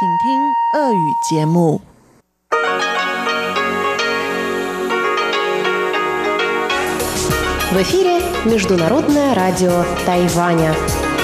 请听俄语节目。 В эфире Международное радио Тайваня.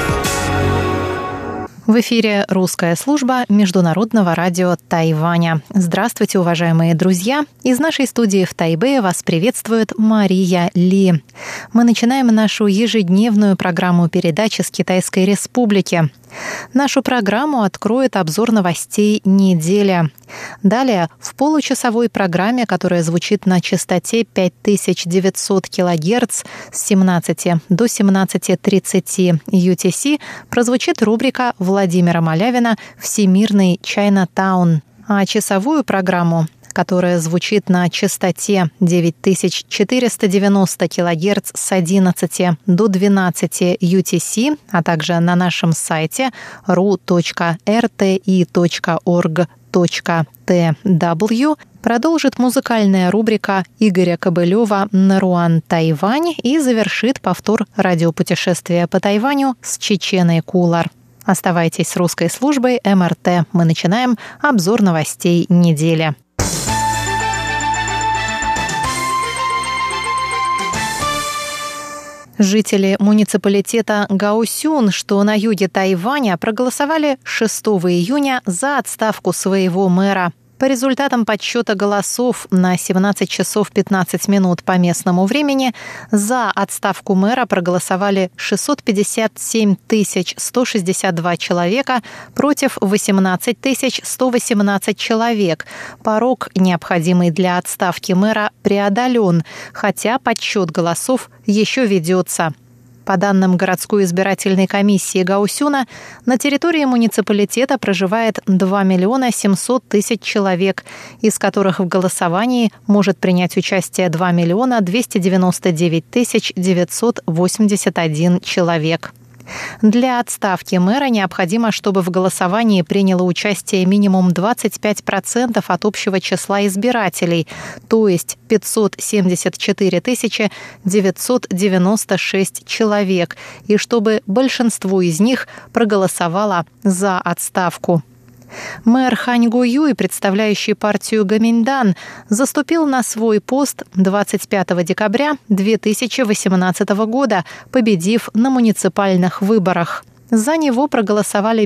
В эфире русская служба Международного радио Тайваня. Здравствуйте, уважаемые друзья! Из нашей студии в Тайбэе вас приветствует Мария Ли. Мы начинаем нашу ежедневную программу передач из Китайской Республики. Нашу программу откроет обзор новостей недели. Далее, в получасовой программе, которая звучит на частоте 5900 кГц с 17 до 17:30 UTC, прозвучит рубрика Владимира Малявина «Всемирный Чайнатаун». А часовую программу, которая звучит на частоте 9490 кГц с 11 до 12 UTC, а также на нашем сайте ru.rti.org.tw, продолжит музыкальная рубрика Игоря Кобылева «Наруан, Тайвань» и завершит повтор радиопутешествия по Тайваню с Чеченой Кулар. Оставайтесь с русской службой МРТ. Мы начинаем обзор новостей недели. Жители муниципалитета Гаосюн, что на юге Тайваня, проголосовали 6 июня за отставку своего мэра. По результатам подсчета голосов на 17 часов 15 минут по местному времени за отставку мэра проголосовали 657 162 человека против 18 118 человек. Порог, необходимый для отставки мэра, преодолен, хотя подсчет голосов еще ведется. По данным городской избирательной комиссии Гаосюна, на территории муниципалитета проживает 2 700 000 человек, из которых в голосовании может принять участие 2 299 981 человек. Для отставки мэра необходимо, чтобы в голосовании приняло участие минимум 25% от общего числа избирателей, то есть 574 996 человек, и чтобы большинство из них проголосовало за отставку. Мэр Хань Гуюй, представляющий партию Гоминьдан, заступил на свой пост 25 декабря 2018 года, победив на муниципальных выборах. За него проголосовали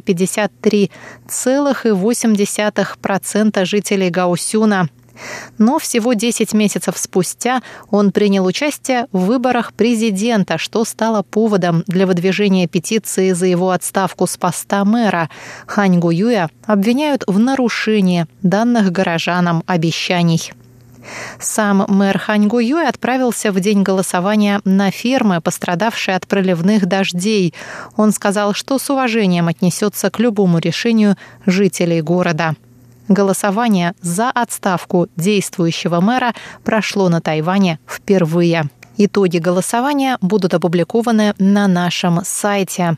53,8% жителей Гаосюна. Но всего 10 месяцев спустя он принял участие в выборах президента, что стало поводом для выдвижения петиции за его отставку с поста мэра. Хань Гуюя обвиняют в нарушении данных горожанам обещаний. Сам мэр Хань Гуюй отправился в день голосования на фермы, пострадавшие от проливных дождей. Он сказал, что с уважением отнесется к любому решению жителей города. Голосование за отставку действующего мэра прошло на Тайване впервые. Итоги голосования будут опубликованы на нашем сайте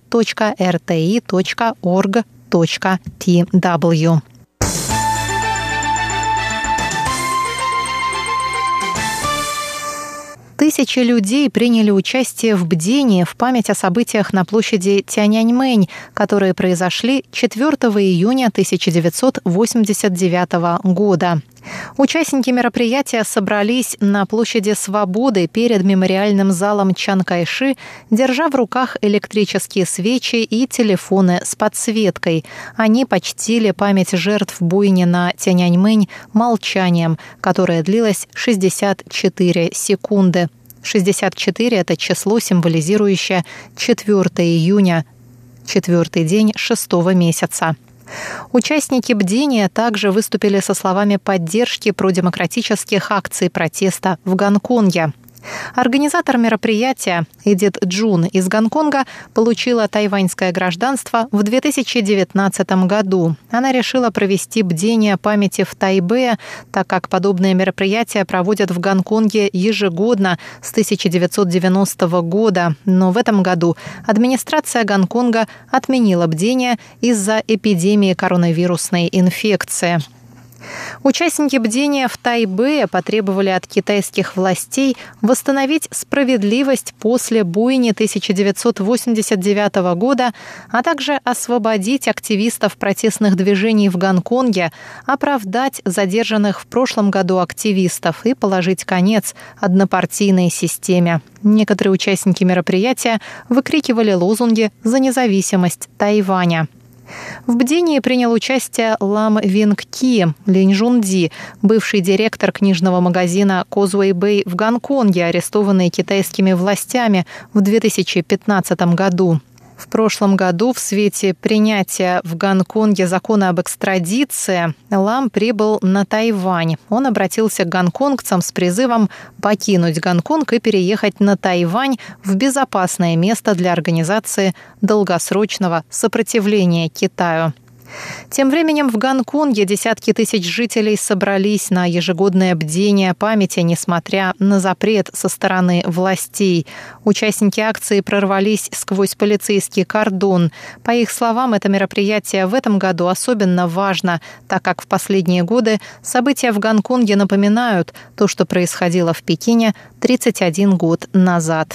ru.rti.org.tw. Тысячи людей приняли участие в бдении в память о событиях на площади Тяньаньмэнь, которые произошли 4 июня 1989 года. Участники мероприятия собрались на площади Свободы перед мемориальным залом Чан Кайши, держа в руках электрические свечи и телефоны с подсветкой. Они почтили память жертв буйни на Тяньаньмэнь молчанием, которое длилось 64 секунды. 64 – это число, символизирующее 4 июня, 4-й день 6-го месяца. Участники бдения также выступили со словами поддержки продемократических акций протеста в Гонконге. Организатор мероприятия Эдит Джун из Гонконга получила тайваньское гражданство в 2019 году. Она решила провести бдение памяти в Тайбэе, так как подобные мероприятия проводят в Гонконге ежегодно с 1990 года. Но в этом году администрация Гонконга отменила бдение из-за эпидемии коронавирусной инфекции. Участники бдения в Тайбэе потребовали от китайских властей восстановить справедливость после буйни 1989 года, а также освободить активистов протестных движений в Гонконге, оправдать задержанных в прошлом году активистов и положить конец однопартийной системе. Некоторые участники мероприятия выкрикивали лозунги за независимость Тайваня. В бдении принял участие Лам Винг Ки Линьжунди, бывший директор книжного магазина Causeway Bay в Гонконге, арестованный китайскими властями в 2015 году. В прошлом году в свете принятия в Гонконге закона об экстрадиции Лам прибыл на Тайвань. Он обратился к гонконгцам с призывом покинуть Гонконг и переехать на Тайвань в безопасное место для организации долгосрочного сопротивления Китаю. Тем временем в Гонконге десятки тысяч жителей собрались на ежегодное бдение памяти, несмотря на запрет со стороны властей. Участники акции прорвались сквозь полицейский кордон. По их словам, это мероприятие в этом году особенно важно, так как в последние годы события в Гонконге напоминают то, что происходило в Пекине 31 год назад.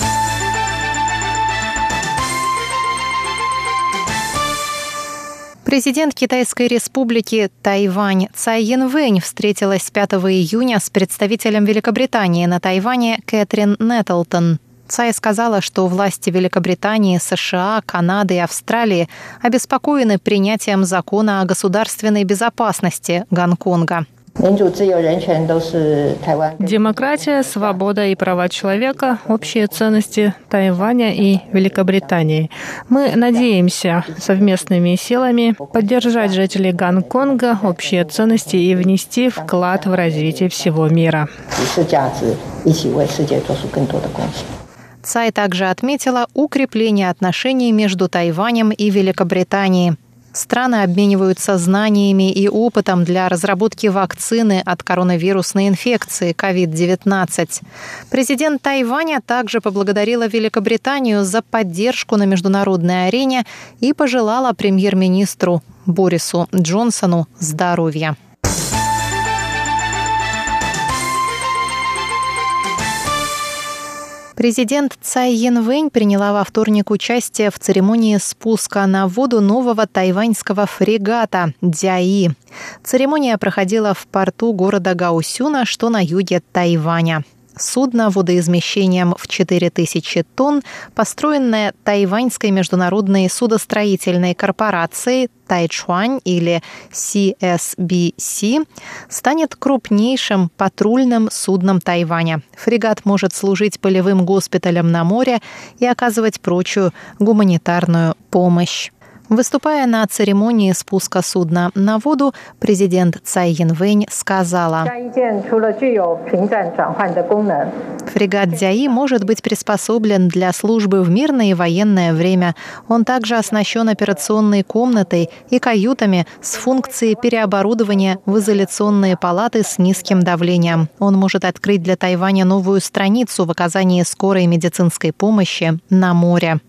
Президент Китайской республики Тайвань Цай Янвэнь встретилась 5 июня с представителем Великобритании на Тайване Кэтрин Нэттлтон. Цай сказала, что власти Великобритании, США, Канады и Австралии обеспокоены принятием закона о государственной безопасности Гонконга. Демократия, свобода и права человека – общие ценности Тайваня и Великобритании. Мы надеемся совместными силами поддержать жителей Гонконга, общие ценности и внести вклад в развитие всего мира. Цай также отметила укрепление отношений между Тайванем и Великобританией. Страны обмениваются знаниями и опытом для разработки вакцины от коронавирусной инфекции COVID-19. Президент Тайваня также поблагодарила Великобританию за поддержку на международной арене и пожелала премьер-министру Борису Джонсону здоровья. Президент Цай Янвэнь приняла во вторник участие в церемонии спуска на воду нового тайваньского фрегата «Дзяи». Церемония проходила в порту города Гаосюна, что на юге Тайваня. Судно водоизмещением в 4000 тонн, построенное Тайваньской международной судостроительной корпорацией Тайчуань или CSBC, станет крупнейшим патрульным судном Тайваня. Фрегат может служить полевым госпиталем на море и оказывать прочую гуманитарную помощь. Выступая на церемонии спуска судна на воду, президент Цай Янвэнь сказала: «Фрегат Дзяи может быть приспособлен для службы в мирное и военное время. Он также оснащен операционной комнатой и каютами с функцией переоборудования в изоляционные палаты с низким давлением. Он может открыть для Тайваня новую страницу в оказании скорой медицинской помощи на море».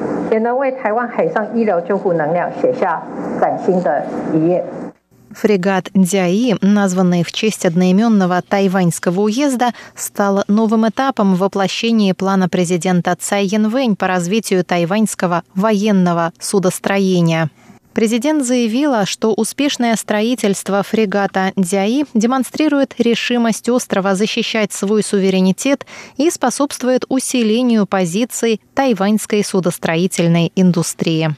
Фрегат «Дзяи», названный в честь одноименного тайваньского уезда, стал новым этапом в воплощении плана президента Цай Янвэнь по развитию тайваньского военного судостроения. Президент заявила, что успешное строительство фрегата «Дзяи» демонстрирует решимость острова защищать свой суверенитет и способствует усилению позиций тайваньской судостроительной индустрии.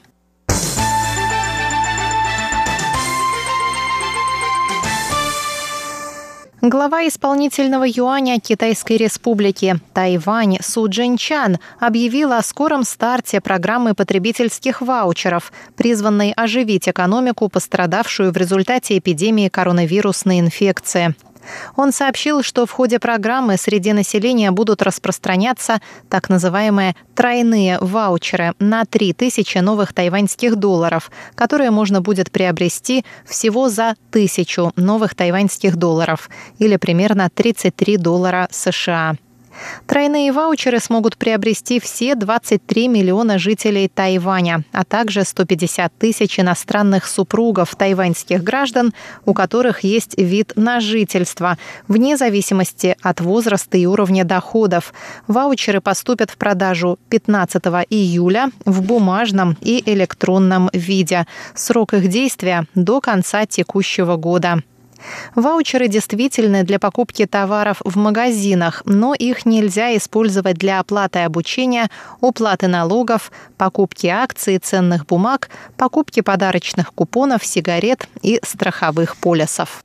Глава исполнительного юаня Китайской республики Тайвань Су Чжэньчан объявила о скором старте программы потребительских ваучеров, призванной оживить экономику, пострадавшую в результате эпидемии коронавирусной инфекции. Он сообщил, что в ходе программы среди населения будут распространяться так называемые тройные ваучеры на 3000 новых тайваньских долларов, которые можно будет приобрести всего за 1000 новых тайваньских долларов или примерно $33 США. Тройные ваучеры смогут приобрести все 23 миллиона жителей Тайваня, а также 150 тысяч иностранных супругов тайваньских граждан, у которых есть вид на жительство, вне зависимости от возраста и уровня доходов. Ваучеры поступят в продажу 15 июля в бумажном и электронном виде. Срок их действия до конца текущего года. Ваучеры действительны для покупки товаров в магазинах, но их нельзя использовать для оплаты обучения, уплаты налогов, покупки акций и ценных бумаг, покупки подарочных купонов, сигарет и страховых полисов.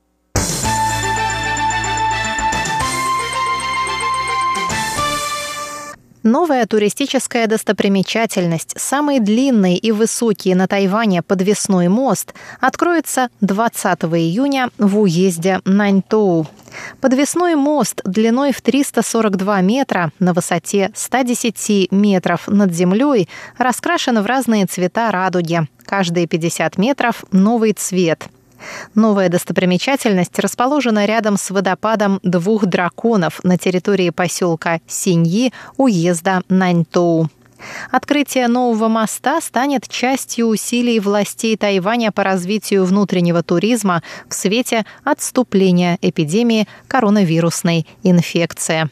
Новая туристическая достопримечательность, самый длинный и высокий на Тайване подвесной мост, откроется 20 июня в уезде Наньтоу. Подвесной мост длиной в 342 метра на высоте 110 метров над землей раскрашен в разные цвета радуги. Каждые 50 метров новый цвет. Новая достопримечательность расположена рядом с водопадом двух драконов на территории поселка Синьи уезда Наньтоу. Открытие нового моста станет частью усилий властей Тайваня по развитию внутреннего туризма в свете отступления эпидемии коронавирусной инфекции.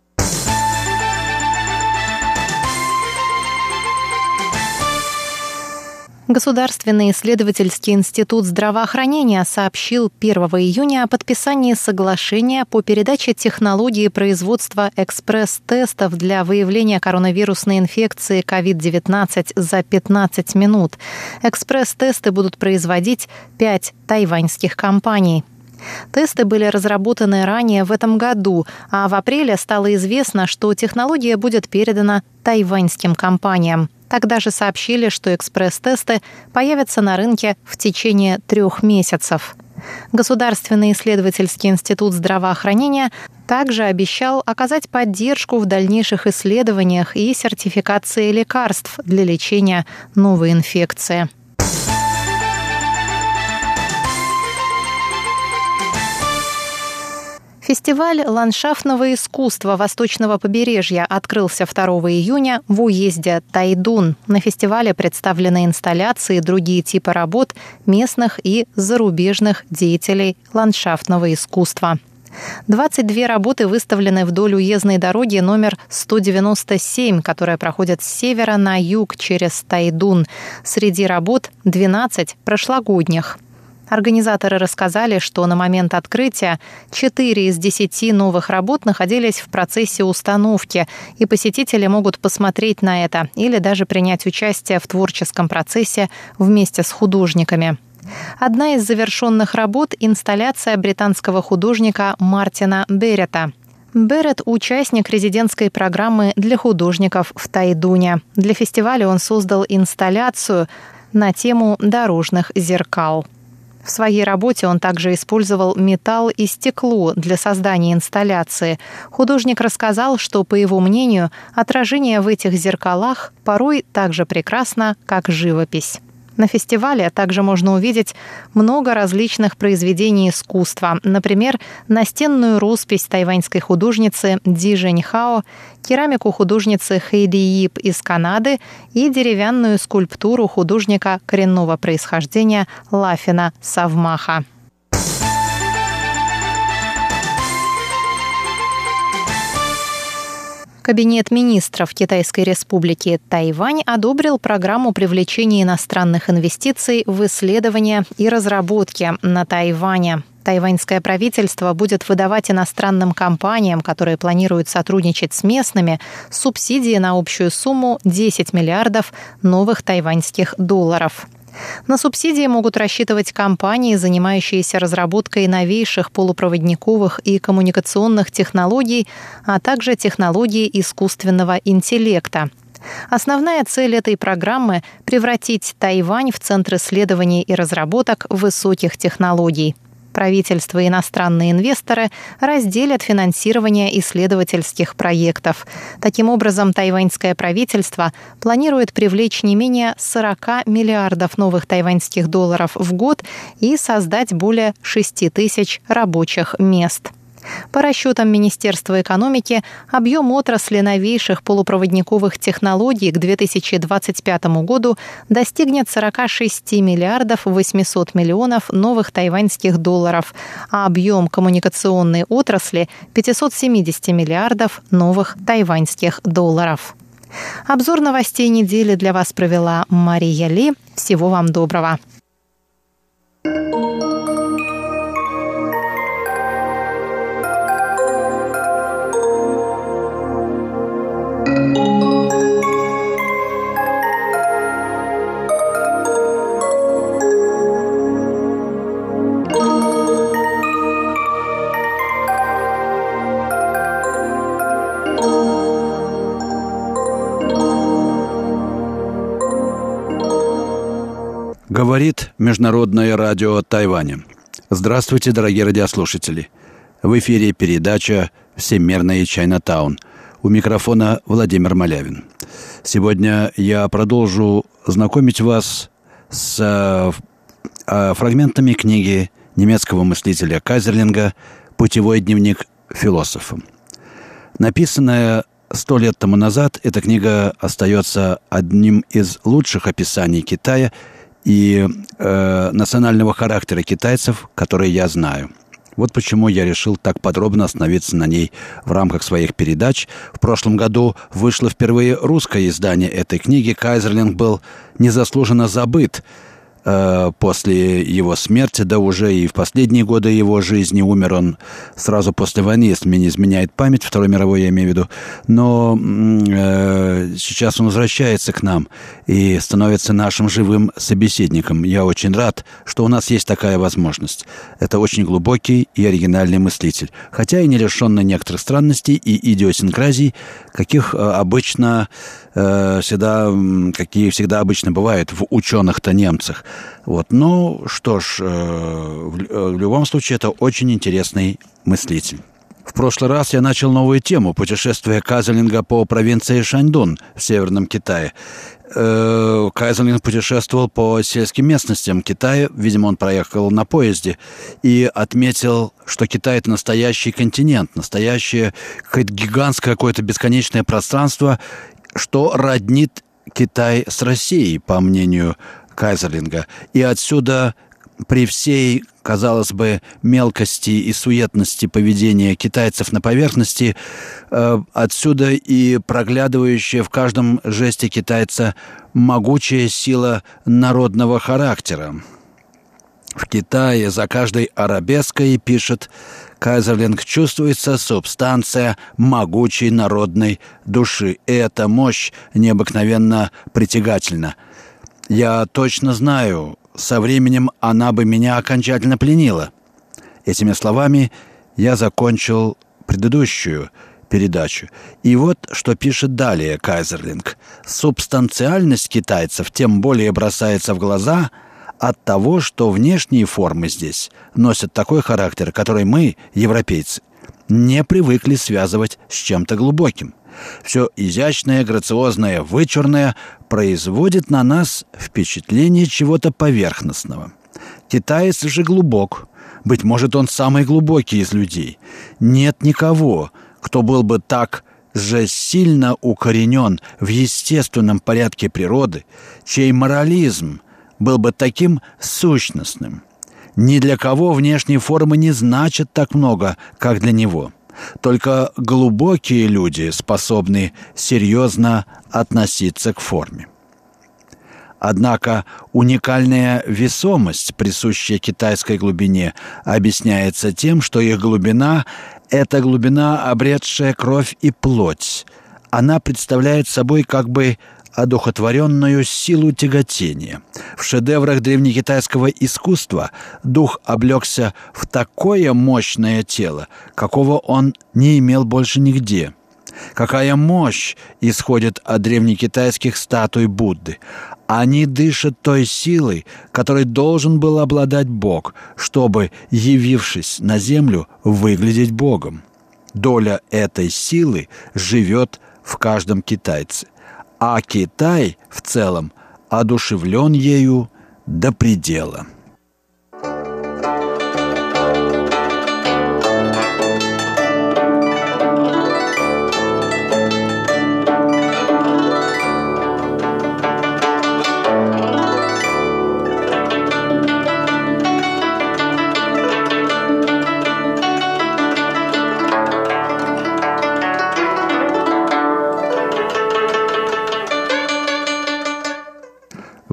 Государственный исследовательский институт здравоохранения сообщил 1 июня о подписании соглашения по передаче технологии производства экспресс-тестов для выявления коронавирусной инфекции COVID-19 за 15 минут. Экспресс-тесты будут производить 5 тайваньских компаний. Тесты были разработаны ранее в этом году, а в апреле стало известно, что технология будет передана тайваньским компаниям. Тогда же сообщили, что экспресс-тесты появятся на рынке в течение 3 месяцев. Государственный исследовательский институт здравоохранения также обещал оказать поддержку в дальнейших исследованиях и сертификации лекарств для лечения новой инфекции. Фестиваль ландшафтного искусства Восточного побережья открылся 2 июня в уезде Тайдун. На фестивале представлены инсталляции и другие типы работ местных и зарубежных деятелей ландшафтного искусства. 22 работы выставлены вдоль уездной дороги номер 197, которая проходит с севера на юг через Тайдун. Среди работ 12 прошлогодних. Организаторы рассказали, что на момент открытия 4 из 10 новых работ находились в процессе установки, и посетители могут посмотреть на это или даже принять участие в творческом процессе вместе с художниками. Одна из завершенных работ – инсталляция британского художника Мартина Беррета. Беррет – участник резидентской программы для художников в Тайдуне. Для фестиваля он создал инсталляцию на тему дорожных зеркал. В своей работе он также использовал металл и стекло для создания инсталляции. Художник рассказал, что, по его мнению, отражение в этих зеркалах порой так же прекрасно, как живопись. На фестивале также можно увидеть много различных произведений искусства. Например, настенную роспись тайваньской художницы Ди Жэньхао, керамику художницы Хэйди Ип из Канады и деревянную скульптуру художника коренного происхождения Лафина Савмаха. Кабинет министров Китайской Республики Тайвань одобрил программу привлечения иностранных инвестиций в исследования и разработки на Тайване. Тайваньское правительство будет выдавать иностранным компаниям, которые планируют сотрудничать с местными, субсидии на общую сумму 10 миллиардов новых тайваньских долларов. На субсидии могут рассчитывать компании, занимающиеся разработкой новейших полупроводниковых и коммуникационных технологий, а также технологий искусственного интеллекта. Основная цель этой программы – превратить Тайвань в центр исследований и разработок высоких технологий. Правительство и иностранные инвесторы разделят финансирование исследовательских проектов. Таким образом, тайваньское правительство планирует привлечь не менее 40 миллиардов новых тайваньских долларов в год и создать более 6 тысяч рабочих мест. По расчетам Министерства экономики, объем отрасли новейших полупроводниковых технологий к 2025 году достигнет 46 миллиардов 800 миллионов новых тайваньских долларов, а объем коммуникационной отрасли – 570 миллиардов новых тайваньских долларов. Обзор новостей недели для вас провела Мария Ли. Всего вам доброго. Говорит Международное радио Тайваня. Здравствуйте, дорогие радиослушатели. В эфире передача «Всемирный Чайнатаун». У микрофона Владимир Малявин. Сегодня я продолжу знакомить вас с фрагментами книги немецкого мыслителя Кайзерлинга «Путевой дневник философа». Написанная 100 лет тому назад, эта книга остается одним из лучших описаний Китая и национального характера китайцев, которые я знаю. Вот почему я решил так подробно остановиться на ней в рамках своих передач. В прошлом году вышло впервые русское издание этой книги. Кайзерлинг был незаслуженно забыт после его смерти, да уже и в последние годы его жизни. Умер он сразу после войны, если мне не изменяет память, Второй мировой я имею в виду. Но сейчас он возвращается к нам и становится нашим живым собеседником. Я очень рад, что у нас есть такая возможность. Это очень глубокий и оригинальный мыслитель, хотя и не лишенный некоторых странностей и идиосинкразий, какие всегда обычно бывают в ученых-то немцах. Вот. Ну, что ж, в любом случае, это очень интересный мыслитель. В прошлый раз я начал новую тему – путешествие Кайзерлинга по провинции Шаньдун в Северном Китае. Кайзерлинг путешествовал по сельским местностям Китая, видимо, он проехал на поезде, и отметил, что Китай – это настоящий континент, настоящее какое-то гигантское, какое-то бесконечное пространство, что роднит Китай с Россией, по мнению Кайзерлинга. И отсюда при всей, казалось бы, мелкости и суетности поведения китайцев на поверхности, отсюда и проглядывающая в каждом жесте китайца могучая сила народного характера. В Китае за каждой арабеской, пишет Кайзерлинг, чувствуется субстанция могучей народной души. И эта мощь необыкновенно притягательна. Я точно знаю, со временем она бы меня окончательно пленила. Этими словами я закончил предыдущую передачу. И вот что пишет далее Кайзерлинг. Субстанциальность китайцев тем более бросается в глаза от того, что внешние формы здесь носят такой характер, который мы, европейцы, не привыкли связывать с чем-то глубоким. Все изящное, грациозное, вычурное производит на нас впечатление чего-то поверхностного. Китаец же глубок. Быть может, он самый глубокий из людей. Нет никого, кто был бы так же сильно укоренен в естественном порядке природы, чей морализм был бы таким сущностным. Ни для кого внешние формы не значат так много, как для него. Только глубокие люди способны серьезно относиться к форме. Однако уникальная весомость, присущая китайской глубине, объясняется тем, что их глубина – это глубина, обретшая кровь и плоть. Она представляет собой как бы одухотворенную силу тяготения. В шедеврах древнекитайского искусства дух облегся в такое мощное тело, какого он не имел больше нигде. Какая мощь исходит от древнекитайских статуй Будды! Они дышат той силой, которой должен был обладать Бог, чтобы, явившись на землю, выглядеть Богом. Доля этой силы живет в каждом китайце. А Китай в целом одушевлен ею до предела.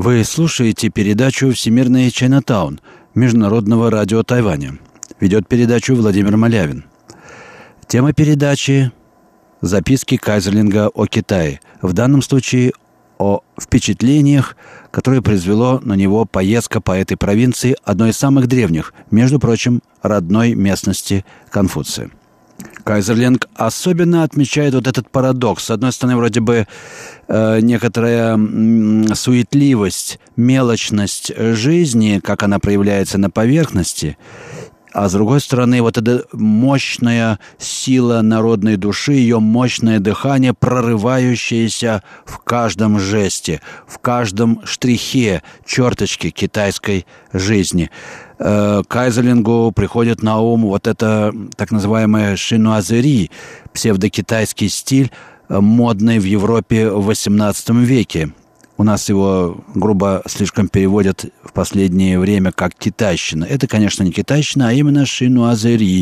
Вы слушаете передачу «Всемирный Чайнатаун» Международного радио Тайваня. Ведет передачу Владимир Малявин. Тема передачи – записки Кайзерлинга о Китае. В данном случае о впечатлениях, которые произвело на него поездка по этой провинции, одной из самых древних, между прочим, родной местности Конфуция. Кайзерлинг особенно отмечает вот этот парадокс. С одной стороны, вроде бы некоторая суетливость, мелочность жизни, как она проявляется на поверхности, а с другой стороны, вот эта мощная сила народной души, ее мощное дыхание, прорывающееся в каждом жесте, в каждом штрихе, черточке китайской жизни. Кайзерлингу приходит на ум вот это так называемое шинуазери, псевдокитайский стиль, модный в Европе в XVIII веке. У нас его грубо слишком переводят в последнее время как китайщина. Это, конечно, не китайщина, а именно шинуазери,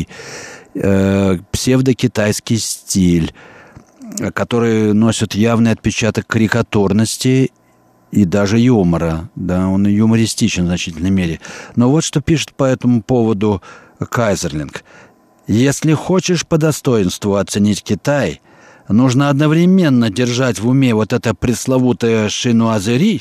псевдокитайский стиль, который носит явный отпечаток карикатурности и даже юмора. Да, он юмористичен в значительной мере. Но вот что пишет по этому поводу Кайзерлинг. «Если хочешь по достоинству оценить Китай, нужно одновременно держать в уме вот это пресловутое шинуазери,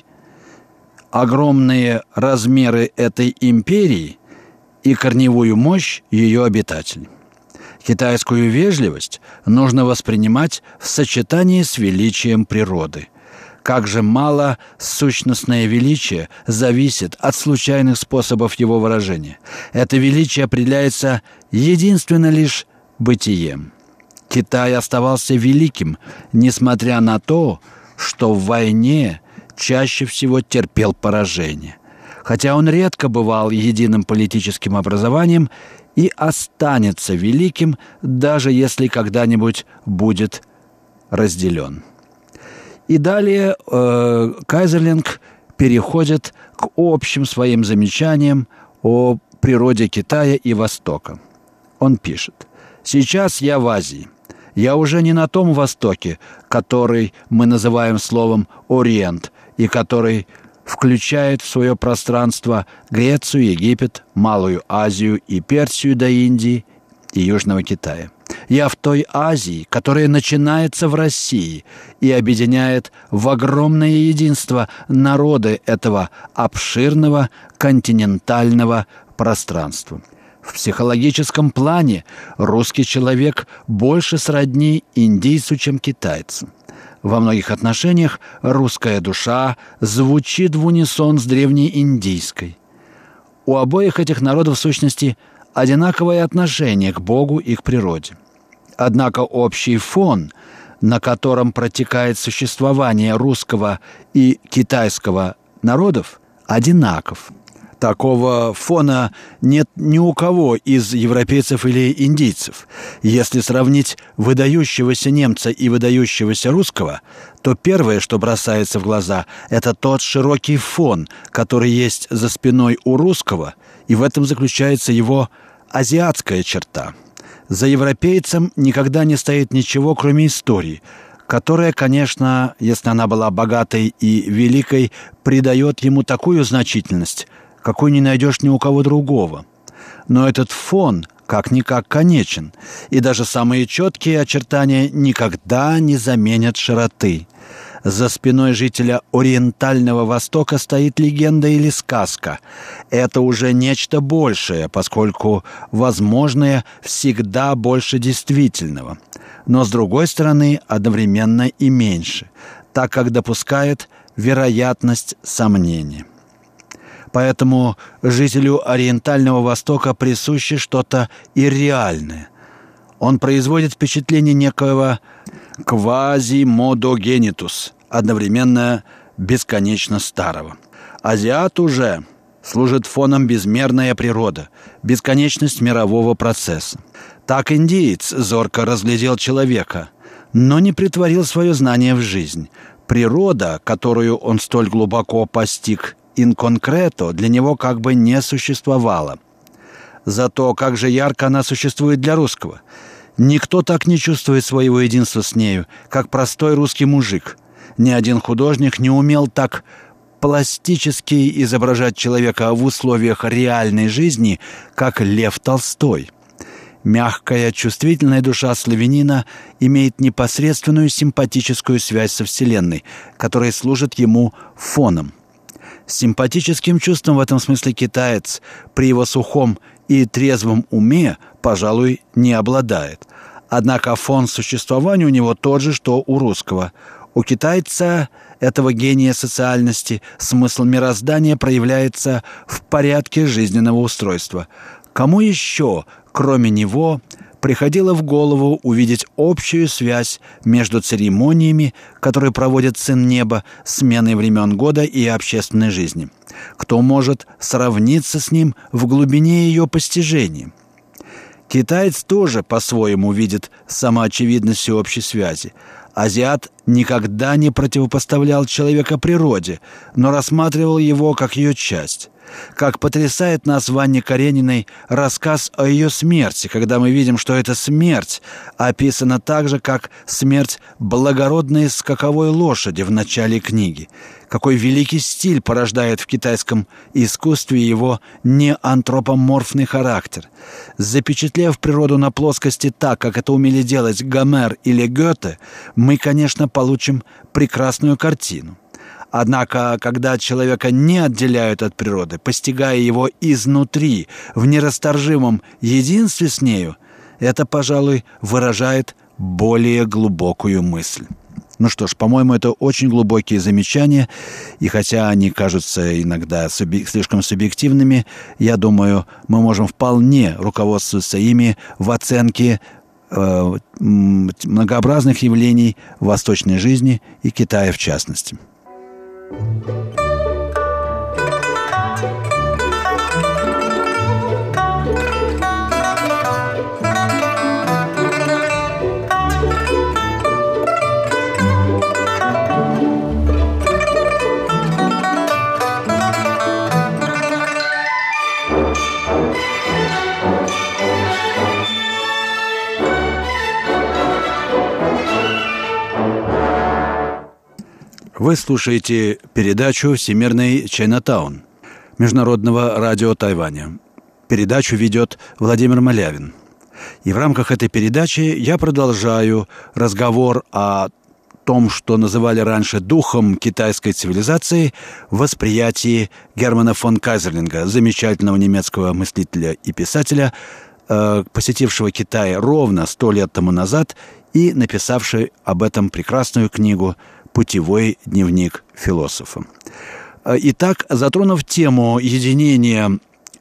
огромные размеры этой империи и корневую мощь ее обитателей. Китайскую вежливость нужно воспринимать в сочетании с величием природы. Как же мало сущностное величие зависит от случайных способов его выражения. Это величие определяется единственно лишь бытием. Китай оставался великим, несмотря на то, что в войне чаще всего терпел поражение. Хотя он редко бывал единым политическим образованием и останется великим, даже если когда-нибудь будет разделен». И далее Кайзерлинг переходит к общим своим замечаниям о природе Китая и Востока. Он пишет: «Сейчас я в Азии. Я уже не на том Востоке, который мы называем словом «Ориент», и который включает в свое пространство Грецию, Египет, Малую Азию и Персию до Индии и Южного Китая. Я в той Азии, которая начинается в России и объединяет в огромное единство народы этого обширного континентального пространства. В психологическом плане русский человек больше сродни индийцу, чем китайцу. Во многих отношениях русская душа звучит в унисон с древнеиндийской. У обоих этих народов в сущности одинаковое отношение к Богу и к природе. Однако общий фон, на котором протекает существование русского и китайского народов, одинаков. Такого фона нет ни у кого из европейцев или индийцев. Если сравнить выдающегося немца и выдающегося русского, то первое, что бросается в глаза, это тот широкий фон, который есть за спиной у русского, и в этом заключается его азиатская черта. За европейцем никогда не стоит ничего, кроме истории, которая, конечно, если она была богатой и великой, придает ему такую значительность, какой не найдешь ни у кого другого. Но этот фон как-никак конечен, и даже самые четкие очертания никогда не заменят широты. За спиной жителя ориентального Востока стоит легенда или сказка. Это уже нечто большее, поскольку возможное всегда больше действительного. Но, с другой стороны, одновременно и меньше, так как допускает вероятность сомнения. Поэтому жителю ориентального Востока присуще что-то ирреальное. Он производит впечатление некоего квазимодогенитус, одновременно бесконечно старого. Азиату же служит фоном безмерная природа, бесконечность мирового процесса. Так индиец зорко разглядел человека, но не претворил свое знание в жизнь. Природа, которую он столь глубоко постиг инконкрето, для него как бы не существовала. Зато как же ярко она существует для русского. Никто так не чувствует своего единства с нею, как простой русский мужик. Ни один художник не умел так пластически изображать человека в условиях реальной жизни, как Лев Толстой. Мягкая, чувствительная душа славянина имеет непосредственную симпатическую связь со Вселенной, которая служит ему фоном. Симпатическим чувством в этом смысле китаец при его сухом и трезвом уме, пожалуй, не обладает. Однако фон существования у него тот же, что у русского. У китайца, этого гения социальности, смысл мироздания проявляется в порядке жизненного устройства. Кому еще, кроме него, приходило в голову увидеть общую связь между церемониями, которые проводит Сын Неба, сменой времен года и общественной жизни? Кто может сравниться с ним в глубине ее постижения? Китаец тоже по-своему видит самоочевидность всеобщей связи. Азиат никогда не противопоставлял человека природе, но рассматривал его как ее часть. Как потрясает нас в Анне Карениной рассказ о ее смерти, когда мы видим, что эта смерть описана так же, как смерть благородной скаковой лошади в начале книги. Какой великий стиль порождает в китайском искусстве его неантропоморфный характер. Запечатлев природу на плоскости так, как это умели делать Гомер или Гёте, мы, конечно, получим прекрасную картину. Однако, когда человека не отделяют от природы, постигая его изнутри, в нерасторжимом единстве с нею, это, пожалуй, выражает более глубокую мысль. Ну что ж, по-моему, это очень глубокие замечания, и хотя они кажутся иногда слишком субъективными, я думаю, мы можем вполне руководствоваться ими в оценке многообразных явлений восточной жизни и Китая в частности. Вы слушаете передачу «Всемирный Чайнатаун» Международного радио Тайваня. Передачу ведет Владимир Малявин. И в рамках этой передачи я продолжаю разговор о том, что называли раньше духом китайской цивилизации, в восприятии Германа фон Кайзерлинга, замечательного немецкого мыслителя и писателя, посетившего Китай ровно 100 лет тому назад и написавший об этом прекрасную книгу «Путевой дневник философа». Итак, затронув тему единения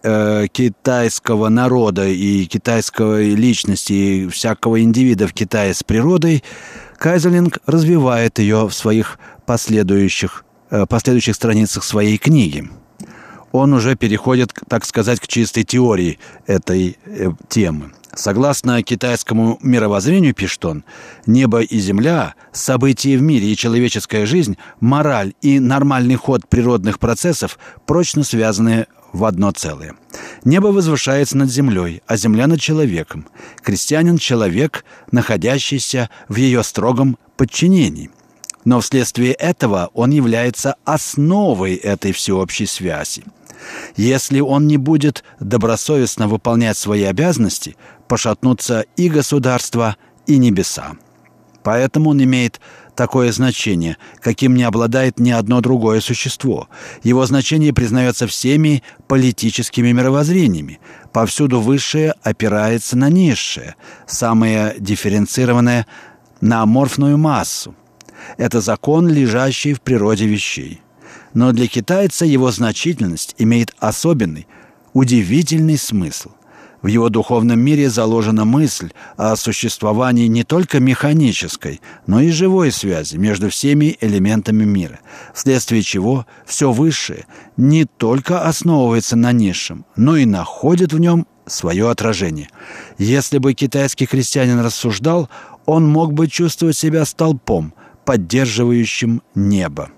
китайского народа и китайской личности, и всякого индивида в Китае с природой, Кайзерлинг развивает ее в своих последующих страницах своей книги. Он уже переходит, так сказать, к чистой теории этой темы. Согласно китайскому мировоззрению, пишет он, небо и земля, события в мире и человеческая жизнь, мораль и нормальный ход природных процессов прочно связаны в одно целое. Небо возвышается над землей, а земля над человеком. Крестьянин — человек, находящийся в ее строгом подчинении. Но вследствие этого он является основой этой всеобщей связи. Если он не будет добросовестно выполнять свои обязанности, пошатнутся и государство, и небеса. Поэтому он имеет такое значение, каким не обладает ни одно другое существо. Его значение признается всеми политическими мировоззрениями. Повсюду высшее опирается на низшее, самое дифференцированное на аморфную массу. Это закон, лежащий в природе вещей. Но для китайца его значительность имеет особенный, удивительный смысл. В его духовном мире заложена мысль о существовании не только механической, но и живой связи между всеми элементами мира, вследствие чего все высшее не только основывается на низшем, но и находит в нем свое отражение. Если бы китайский христианин рассуждал, он мог бы чувствовать себя столпом, поддерживающим небо.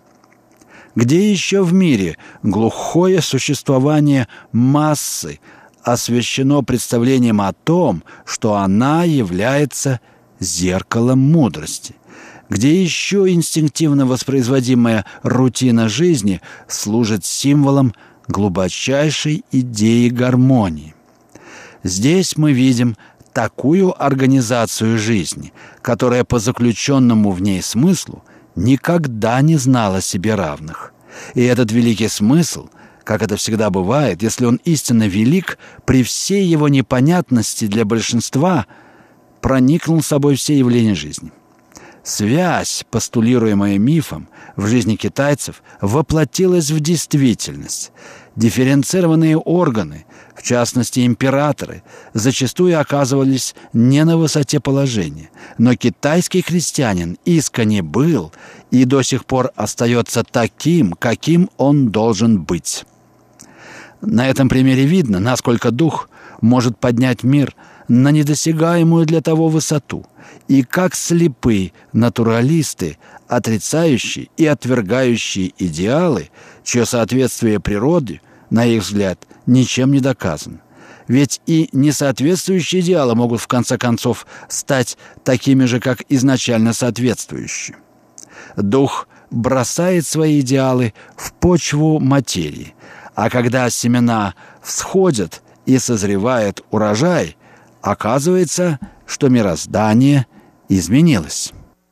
Где еще в мире глухое существование массы освящено представлением о том, что она является зеркалом мудрости? где еще инстинктивно воспроизводимая рутина жизни служит символом глубочайшей идеи гармонии. Здесь мы видим такую организацию жизни, которая по заключенному в ней смыслу никогда не знала себе равных. И этот великий смысл, как это всегда бывает, если он истинно велик, при всей его непонятности для большинства, проникнул собой все явления жизни. Связь, постулируемая мифом, в жизни китайцев воплотилась в действительность. Дифференцированные органы, в частности императоры, зачастую оказывались не на высоте положения. Но китайский крестьянин искренне был и до сих пор остается таким, каким он должен быть. На этом примере видно, насколько дух может поднять мир на недосягаемую для того высоту, и как слепы натуралисты, отрицающие и отвергающие идеалы, чье соответствие природе, на их взгляд, ничем не доказано. Ведь и несоответствующие идеалы могут в конце концов стать такими же, как изначально соответствующие. Дух бросает свои идеалы в почву материи, а когда семена всходят и созревает урожай, оказывается, что мироздание изменилось.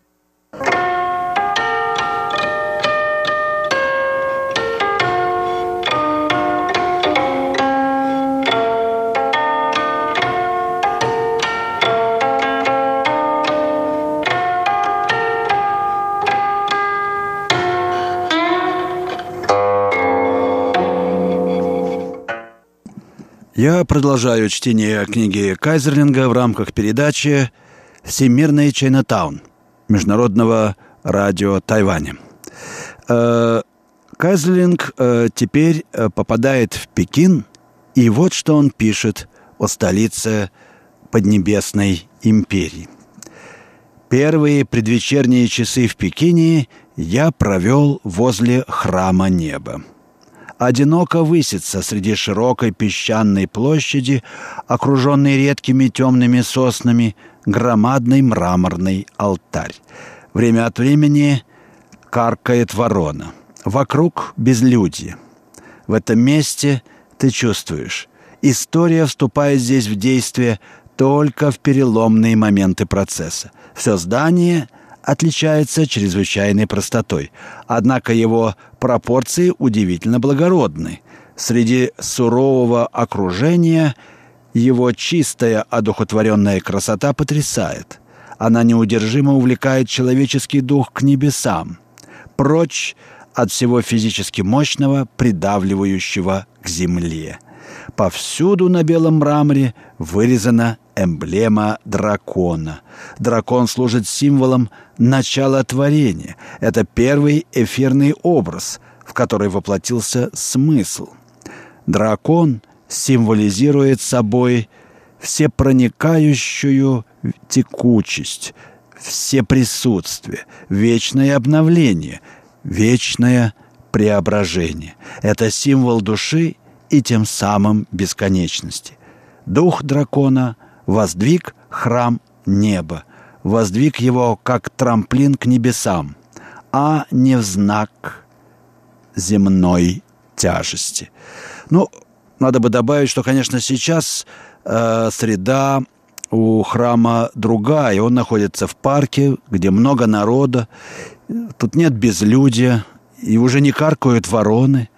Я продолжаю чтение книги Кайзерлинга в рамках передачи «Всемирный Чайнатаун» Международного радио Тайваня. Кайзерлинг теперь попадает в Пекин, и вот что он пишет о столице Поднебесной империи. «Первые предвечерние часы в Пекине я провел возле Храма Неба. Одиноко высится среди широкой песчаной площади, окруженный редкими темными соснами, громадный мраморный алтарь. Время от времени каркает ворона. Вокруг безлюдье. В этом месте ты чувствуешь, история вступает здесь в действие только в переломные моменты процесса. Все здание отличается чрезвычайной простотой, однако его пропорции удивительно благородны. Среди сурового окружения его чистая одухотворенная красота потрясает. Она неудержимо увлекает человеческий дух к небесам, прочь от всего физически мощного, придавливающего к земле. Повсюду на белом мраморе вырезана эмблема дракона. Дракон служит символом начала творения. Это первый эфирный образ, в который воплотился смысл. Дракон символизирует собой всепроникающую текучесть, всеприсутствие, вечное обновление, вечное преображение. Это символ души и тем самым бесконечности. Дух дракона воздвиг храм неба, воздвиг его как трамплин к небесам, а не в знак земной тяжести. Надо бы добавить, что, конечно, сейчас среда у храма другая. Он находится в парке, где много народа. Тут нет безлюдья, и уже не каркают вороны.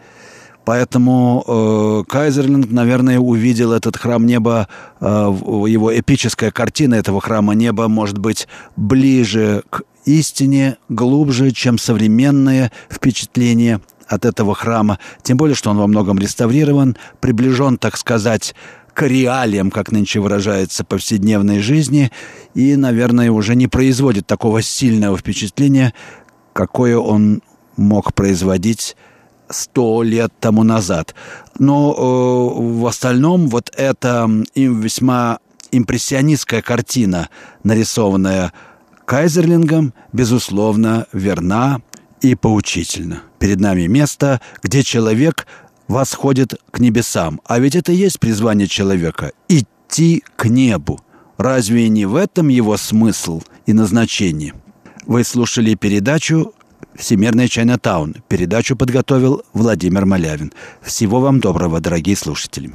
Поэтому Кайзерлинг, наверное, увидел этот храм неба, его эпическая картина этого храма неба может быть ближе к истине, глубже, чем современное впечатление от этого храма. Тем более, что он во многом реставрирован, приближен, так сказать, к реалиям, как нынче выражается, повседневной жизни, и, наверное, уже не производит такого сильного впечатления, какое он мог производить 100 лет тому назад. Но в остальном вот эта весьма импрессионистская картина, нарисованная Кайзерлингом, безусловно, верна и поучительна. Перед нами место, где человек восходит к небесам. А ведь это и есть призвание человека – идти к небу. Разве не в этом его смысл и назначение? Вы слушали передачу «Всемирный Чайнатаун». Передачу подготовил Владимир Малявин. Всего вам доброго, дорогие слушатели.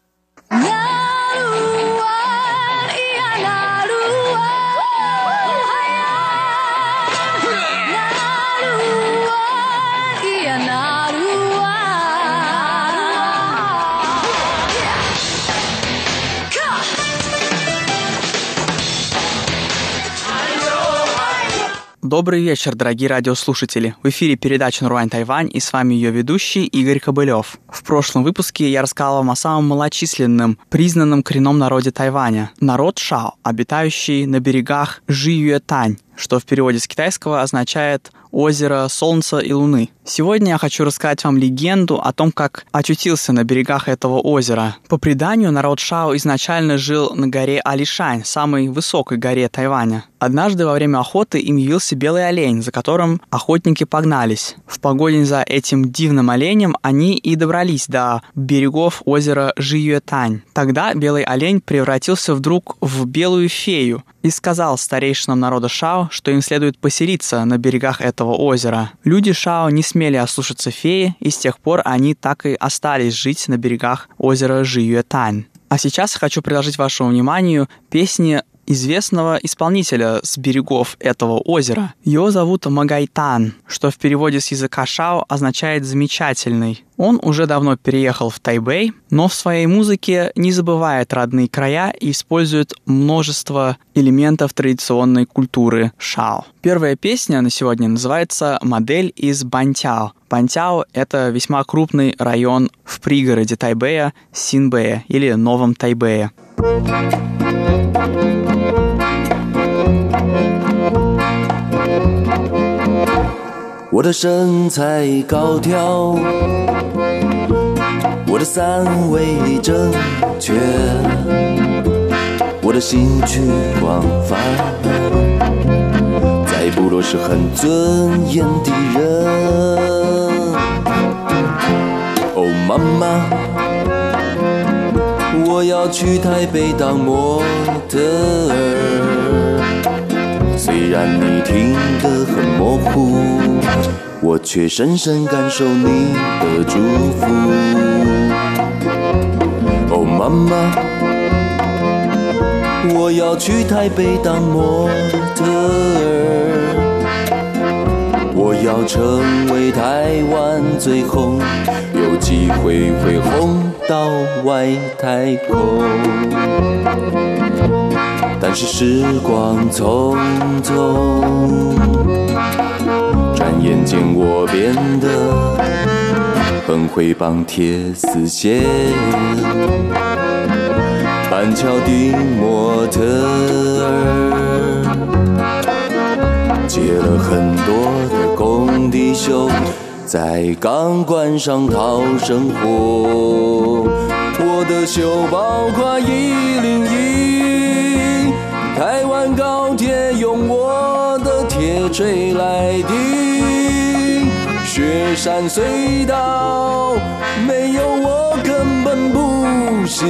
Добрый вечер, дорогие радиослушатели. В эфире передача «Наруань Тайвань» и с вами ее ведущий Игорь Кобылев. В прошлом выпуске я рассказал вам о самом малочисленном, признанном коренном народе Тайваня. Народ Шао, обитающий на берегах Жи-Юэ-Тань, что в переводе с китайского означает «озеро Солнца и Луны». Сегодня я хочу рассказать вам легенду о том, как очутился на берегах этого озера. По преданию, народ Шао изначально жил на горе Алишань, самой высокой горе Тайваня. Однажды во время охоты им явился белый олень, за которым охотники погнались. В погоне за этим дивным оленем они и добрались до берегов озера Жи-Юэ-Тань. Тогда белый олень превратился вдруг в белую фею и сказал старейшинам народа Шао, что им следует поселиться на берегах этого озера. Люди Шао не смели ослушаться феи, и с тех пор они так и остались жить на берегах озера Жи-Юэ-Тань. А сейчас хочу предложить вашему вниманию песни известного исполнителя с берегов этого озера. Его зовут Магайтан, что в переводе с языка Шао означает «замечательный». Он уже давно переехал в Тайбэй, но в своей музыке не забывает родные края и использует множество элементов традиционной культуры Шао. Первая песня на сегодня называется «Модель из Бантяо». Бантяо – это весьма крупный район в пригороде Тайбэя, Синбэя или Новом Тайбэе. 我的身材高挑，我的三围正确，我的兴趣广泛，在部落是很尊严的人。哦，妈妈，我要去台北当模特儿。 虽然你听得很模糊，我却深深感受你的祝福。哦，妈妈，我要去台北当模特儿，我要成为台湾最红，有机会会红到外太空。 但是时光匆匆，转眼间我变得很会绑铁丝线，板桥的模特儿，接了很多的工地秀，在钢管上讨生活。我的秀包括101。 台湾高铁用我的铁锤来钉，雪山隧道没有我根本不行。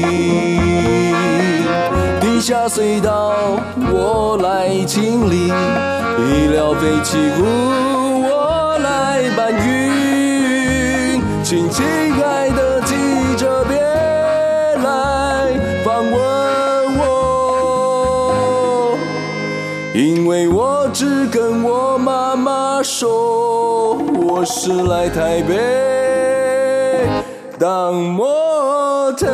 地下隧道我来清理，医疗废弃物我来搬运。请亲爱的记者别来访问。 因为我只跟我妈妈说，我是来台北当模特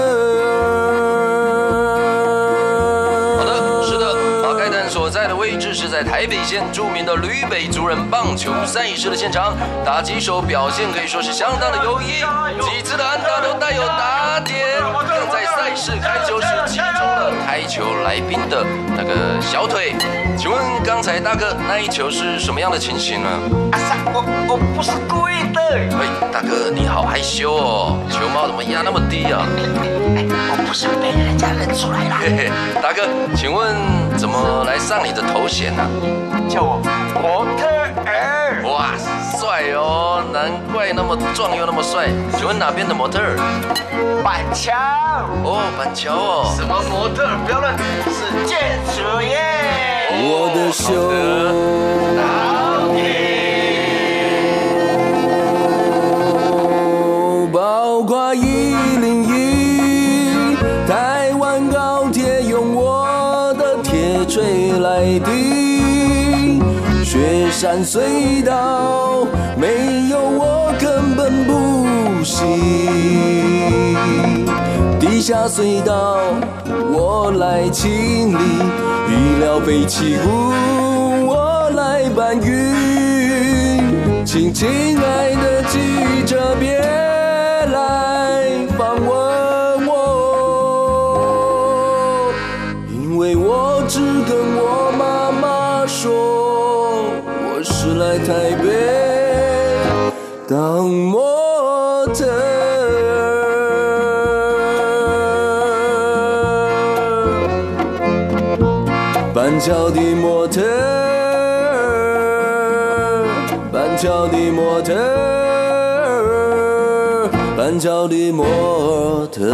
儿。 好的，是的，马盖蛋所在的位置是在台北县著名的旅北族人棒球赛事的现场，打击手表现可以说是相当的优异，几次的安打都带有打点，更在赛事开球时击中了台球来宾的那个小腿。 请问刚才大哥那一球是什么样的情形呢？ 我不是故意的。 喂，大哥你好害羞哦，球帽怎么压那么低啊？ 我不是被人家认出来了。 嘿嘿，大哥，请问怎么来上你的头衔呢？ 叫我模特儿。 哇，帅哦，难怪那么壮又那么帅。请问哪边的模特儿？ 板桥。 哦，板桥哦。 什么模特儿？不要乱，是建筑业。 我的秀包括101台湾高铁用我的铁锤来钉，雪山隧道没有我根本不行，地下隧道我来清理，医疗废弃物我来搬运，请亲爱的记者别来访问我，因为我只跟我妈妈说我是来台北当模特板桥的模特板桥的模特板桥的模特。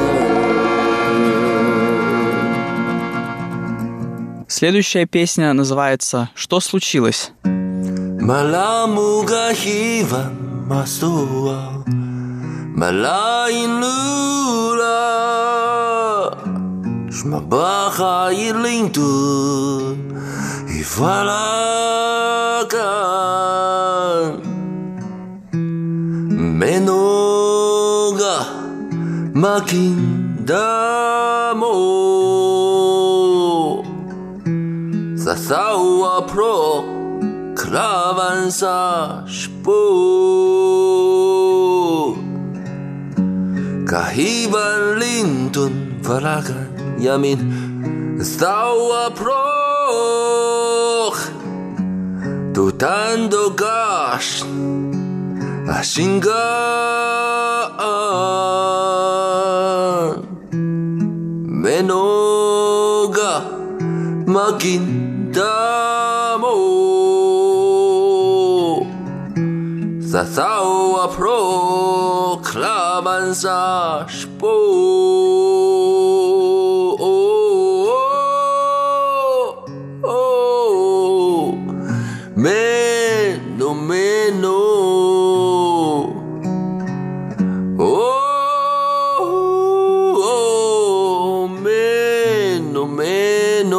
Следующая песня называется «Что случилось?». Malamuga hivan masua Malain lula Shmabaha ilintu Ifalakan Menoga makindamo Sasawa pro Klavansa spur Kahiban lintun Falakan yamin Sawa pro Tutando gash Ashingan Menoga Makindamo Sasawa proclamanza Meno meno Meno meno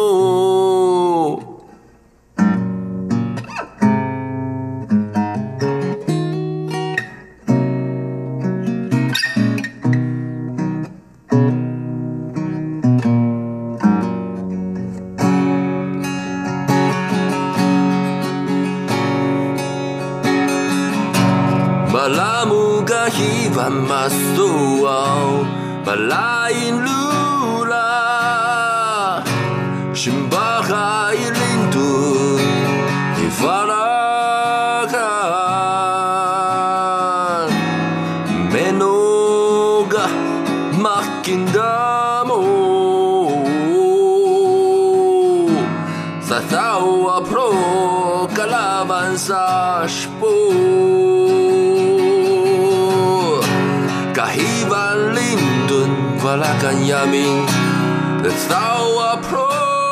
Malamuga hivan masuau Malain lula Shimbaha ilindun Ifarakan Menoga makindamo Sasawa pro kalabansa Kahiban lindun Falakan yamin Sawa pro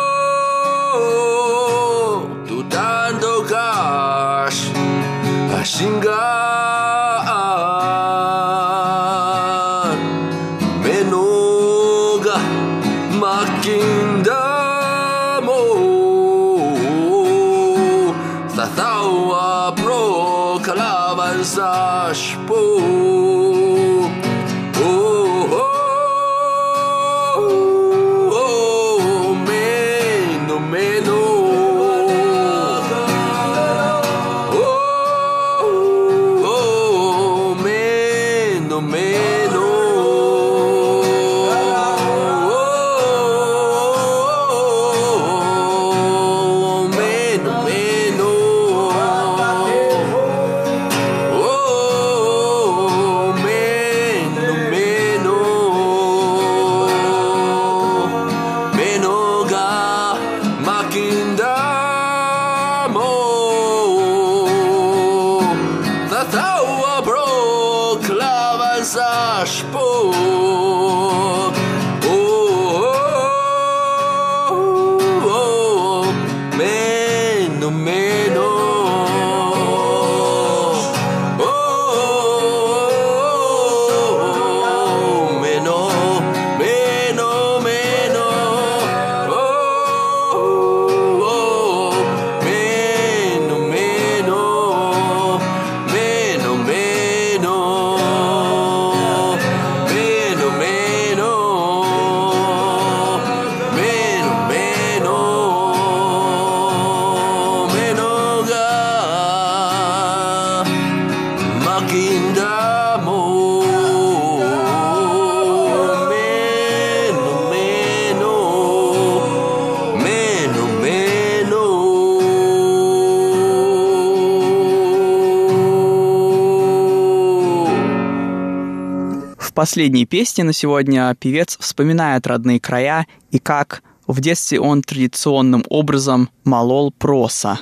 Tutando gash Ashingan Menoga makindamo Sasawa pro kalabansa в последней песне на сегодня певец вспоминает родные края и как в детстве он традиционным образом молол проса.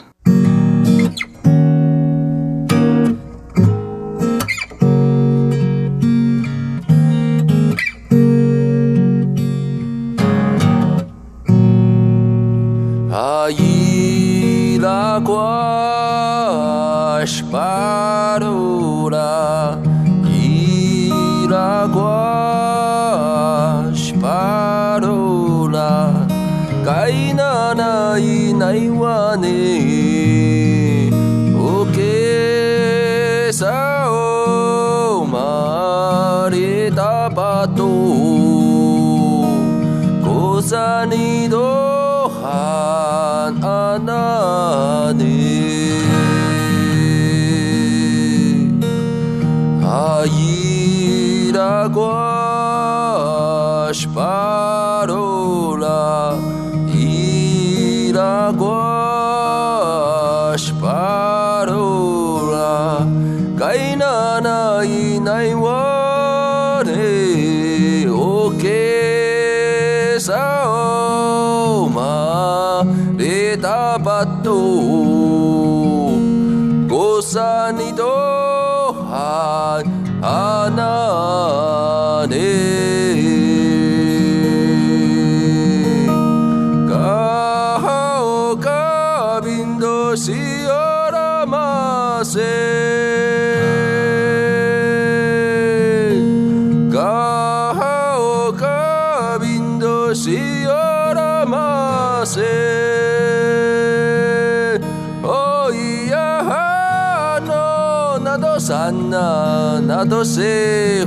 Nado se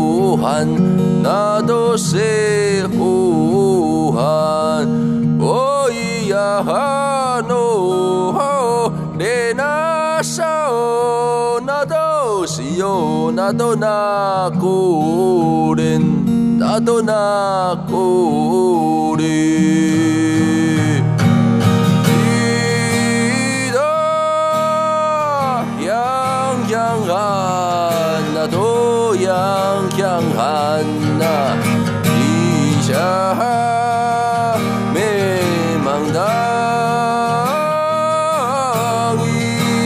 huhan oi ya no de na sao nado sio nado na kuren nado na kuren ido yang nado yang hanna isha memang dangi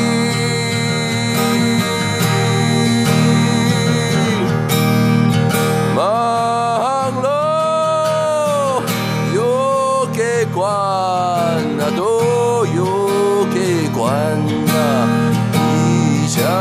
mang lo yo ke quan nado yo ke quan isha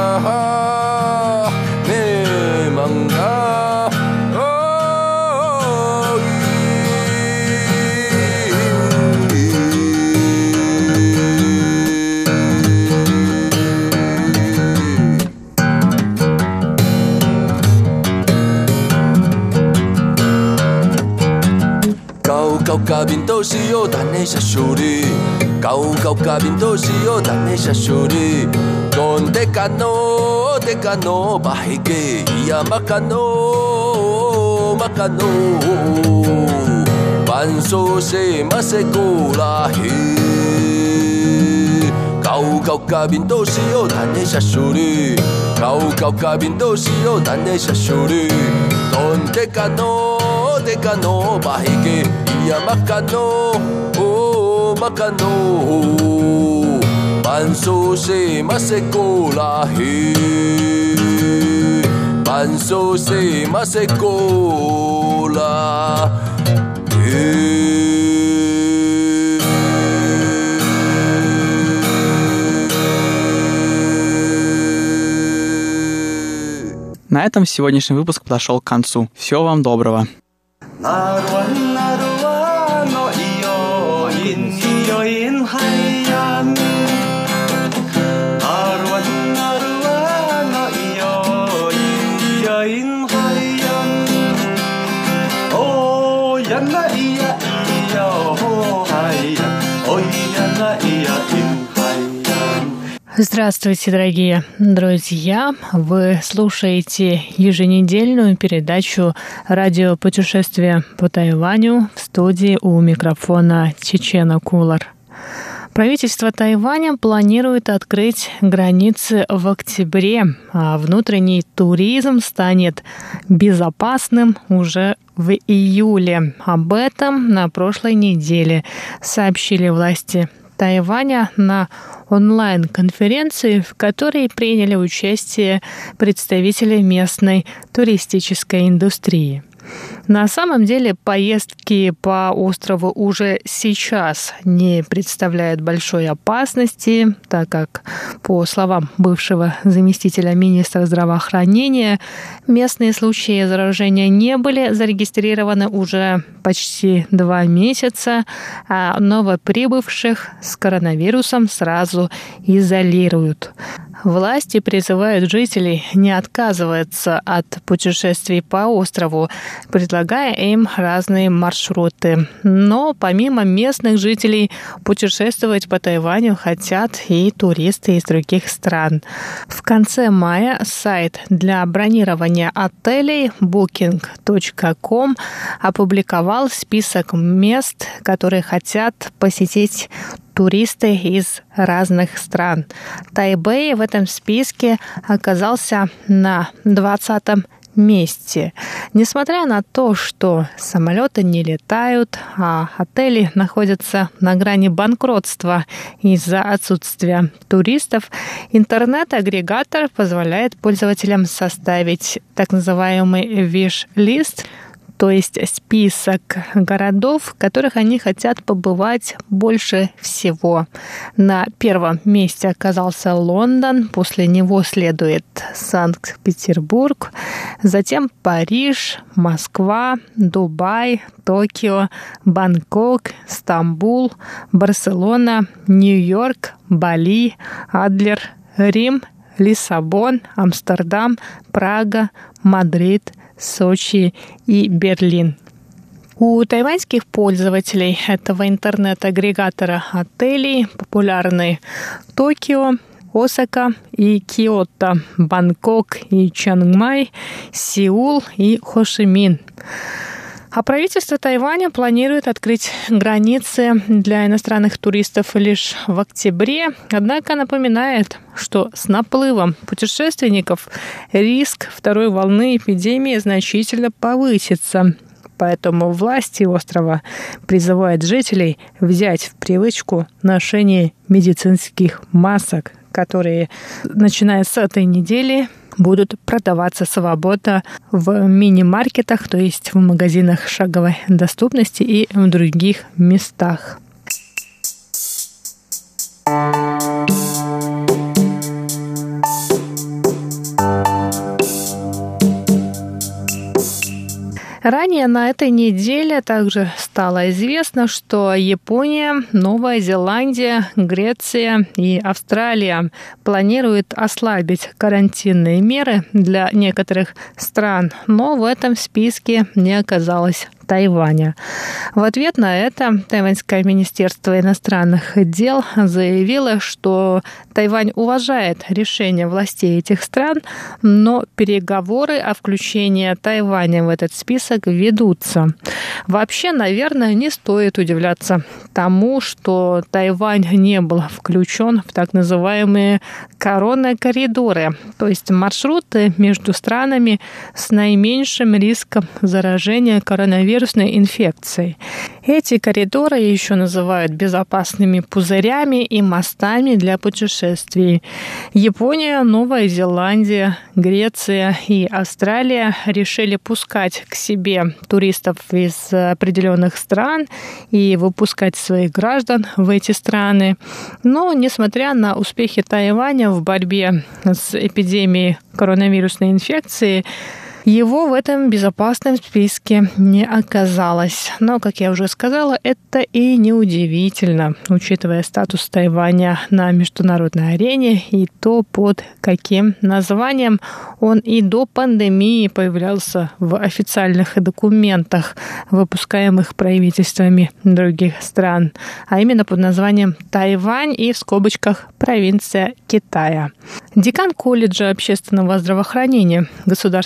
高面都是有但的小树哩，高面都是有但的小树哩。con te cano bahi ke ia makano panso se masekula he。高面都是有但的小树哩，高面都是有但的小树哩。con te cano bahi ke ia makano panso se masekula he panso se masekula he。 На этом сегодняшний выпуск подошел к концу. Всего вам доброго. Здравствуйте, дорогие друзья! Вы слушаете еженедельную передачу «Радио путешествия по Тайваню» в студии у микрофона Чечена Кулар. Правительство Тайваня планирует открыть границы в октябре, а внутренний туризм станет безопасным уже в июле. Об этом на прошлой неделе сообщили власти Тайваня на онлайн-конференции, в которой приняли участие представители местной туристической индустрии. На самом деле поездки по острову уже сейчас не представляют большой опасности, так как, по словам бывшего заместителя министра здравоохранения, местные случаи заражения не были зарегистрированы уже почти 2 месяца, а новоприбывших с коронавирусом сразу изолируют. Власти призывают жителей не отказываться от путешествий по острову, предлагая им разные маршруты. Но помимо местных жителей, путешествовать по Тайваню хотят и туристы из других стран. В конце мая сайт для бронирования отелей Booking.com опубликовал список мест, которые хотят посетить туристы из разных стран. Тайбэй в этом списке оказался на 20-м месте. Несмотря на то, что самолеты не летают, а отели находятся на грани банкротства из-за отсутствия туристов, интернет-агрегатор позволяет пользователям составить так называемый wish-лист, то есть список городов, в которых они хотят побывать больше всего. На 1-м месте оказался Лондон, после него следует Санкт-Петербург, затем Париж, Москва, Дубай, Токио, Бангкок, Стамбул, Барселона, Нью-Йорк, Бали, Адлер, Рим, Лиссабон, Амстердам, Прага, Мадрид, Сочи и Берлин. У тайваньских пользователей этого интернет-агрегатора отелей популярны Токио, Осака и Киото, Бангкок и Чангмай, Сеул и Хошимин. А правительство Тайваня планирует открыть границы для иностранных туристов лишь в октябре, однако напоминает, что с наплывом путешественников риск второй волны эпидемии значительно повысится. Поэтому власти острова призывают жителей взять в привычку ношение медицинских масок, которые, начиная с этой недели, будут продаваться свободно в мини-маркетах, то есть в магазинах шаговой доступности и в других местах. Ранее на этой неделе также стало известно, что Япония, Новая Зеландия, Греция и Австралия планируют ослабить карантинные меры для некоторых стран, но в этом списке не оказалось Тайваня. В ответ на это Тайваньское министерство иностранных дел заявило, что Тайвань уважает решение властей этих стран, но переговоры о включении Тайваня в этот список ведутся. Вообще, наверное, не стоит удивляться тому, что Тайвань не был включен в так называемые корона-коридоры, то есть маршруты между странами с наименьшим риском заражения коронавирусной инфекцией. Эти коридоры еще называют безопасными пузырями и мостами для путешествий. Япония, Новая Зеландия, Греция и Австралия решили пускать к себе туристов из определенных стран и выпускать своих граждан в эти страны. Но, несмотря на успехи Тайваня в борьбе с эпидемией коронавирусной инфекции, его в этом безопасном списке не оказалось. Но, как я уже сказала, это и не удивительно, учитывая статус Тайваня на международной арене и то, под каким названием он и до пандемии появлялся в официальных документах, выпускаемых правительствами других стран, а именно под названием Тайвань и в скобочках провинция Китая. Декан колледжа общественного здравоохранения Государственного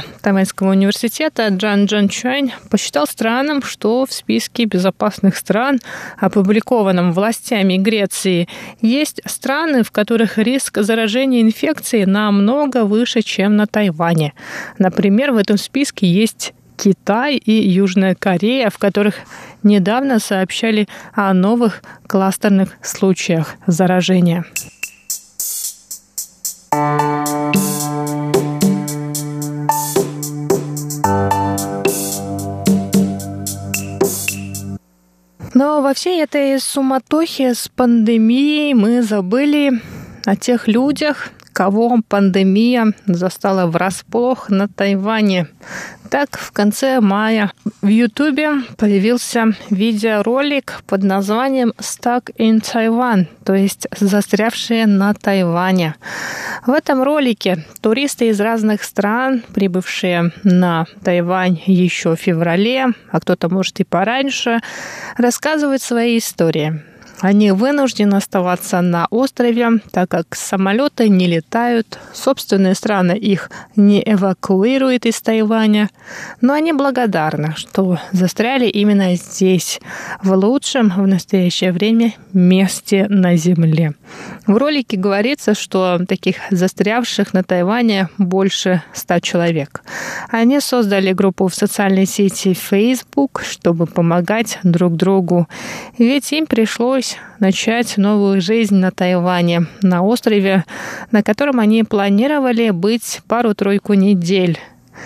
Тайваньского университета Джан Чуань посчитал странным, что в списке безопасных стран, опубликованном властями Греции, есть страны, в которых риск заражения инфекцией намного выше, чем на Тайване. Например, в этом списке есть Китай и Южная Корея, в которых недавно сообщали о новых кластерных случаях заражения. Но во всей этой суматохе с пандемией мы забыли о тех людях, кого пандемия застала врасплох на Тайване. Так, в конце мая в Ютубе появился видеоролик под названием «Stuck in Taiwan», то есть «Застрявшие на Тайване». В этом ролике туристы из разных стран, прибывшие на Тайвань еще в феврале, а кто-то, может, и пораньше, рассказывают свои истории. Они вынуждены оставаться на острове, так как самолеты не летают, собственные страны их не эвакуируют из Тайваня, но они благодарны, что застряли именно здесь, в лучшем в настоящее время месте на Земле. В ролике говорится, что таких застрявших на Тайване больше 100 человек. Они создали группу в социальной сети Facebook, чтобы помогать друг другу, ведь им пришлось начать новую жизнь на Тайване, на острове, на котором они планировали быть пару-тройку недель.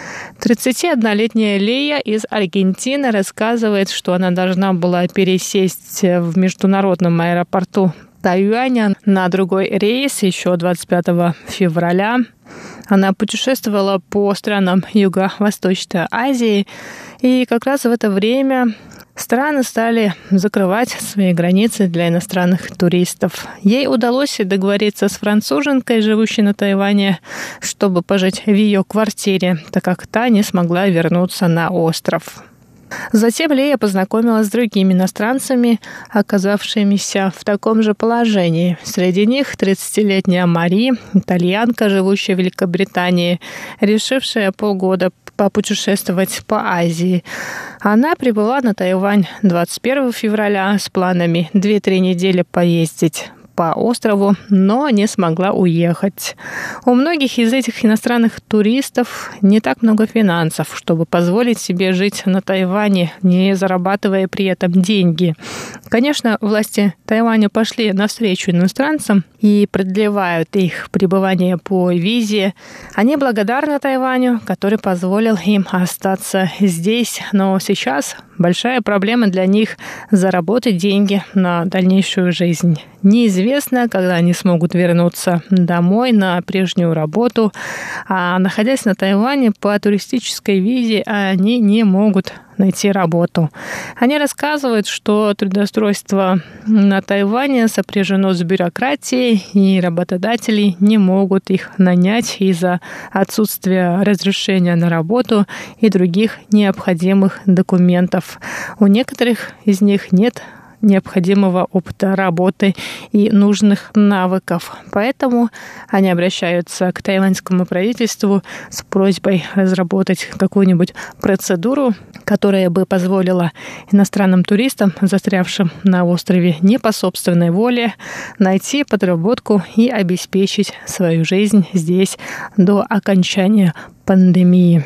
31-летняя Лея из Аргентины рассказывает, что она должна была пересесть в международном аэропорту Тайюаня на другой рейс еще 25 февраля. Она путешествовала по странам Юго-Восточной Азии, и как раз в это время страны стали закрывать свои границы для иностранных туристов. Ей удалось договориться с француженкой, живущей на Тайване, чтобы пожить в ее квартире, так как та не смогла вернуться на остров. Затем Лея познакомилась с другими иностранцами, оказавшимися в таком же положении. Среди них 30-летняя Мари, итальянка, живущая в Великобритании, решившая полгода попутешествовать по Азии. Она прибыла на Тайвань 21 февраля с планами 2-3 недели поездить по острову, но не смогла уехать. У многих из этих иностранных туристов не так много финансов, чтобы позволить себе жить на Тайване, не зарабатывая при этом деньги. Конечно, власти Тайваня пошли навстречу иностранцам и продлевают их пребывание по визе. Они благодарны Тайваню, который позволил им остаться здесь, но сейчас большая проблема для них заработать деньги на дальнейшую жизнь. Неизвестно, когда они смогут вернуться домой на прежнюю работу, а находясь на Тайване по туристической визе, они не могут найти работу. Они рассказывают, что трудоустройство на Тайване сопряжено с бюрократией, и работодатели не могут их нанять из-за отсутствия разрешения на работу и других необходимых документов. У некоторых из них нет необходимого опыта работы и нужных навыков. Поэтому они обращаются к тайваньскому правительству с просьбой разработать какую-нибудь процедуру, которая бы позволила иностранным туристам, застрявшим на острове не по собственной воле, найти подработку и обеспечить свою жизнь здесь до окончания пандемии.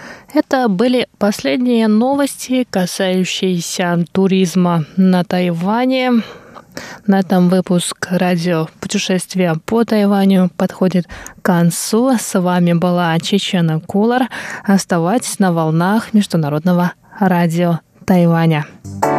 Это были последние новости, касающиеся туризма на Тайване. На этом выпуск радио «Путешествия по Тайваню» подходит к концу. С вами была Чечена Кулар. Оставайтесь на волнах Международного радио Тайваня.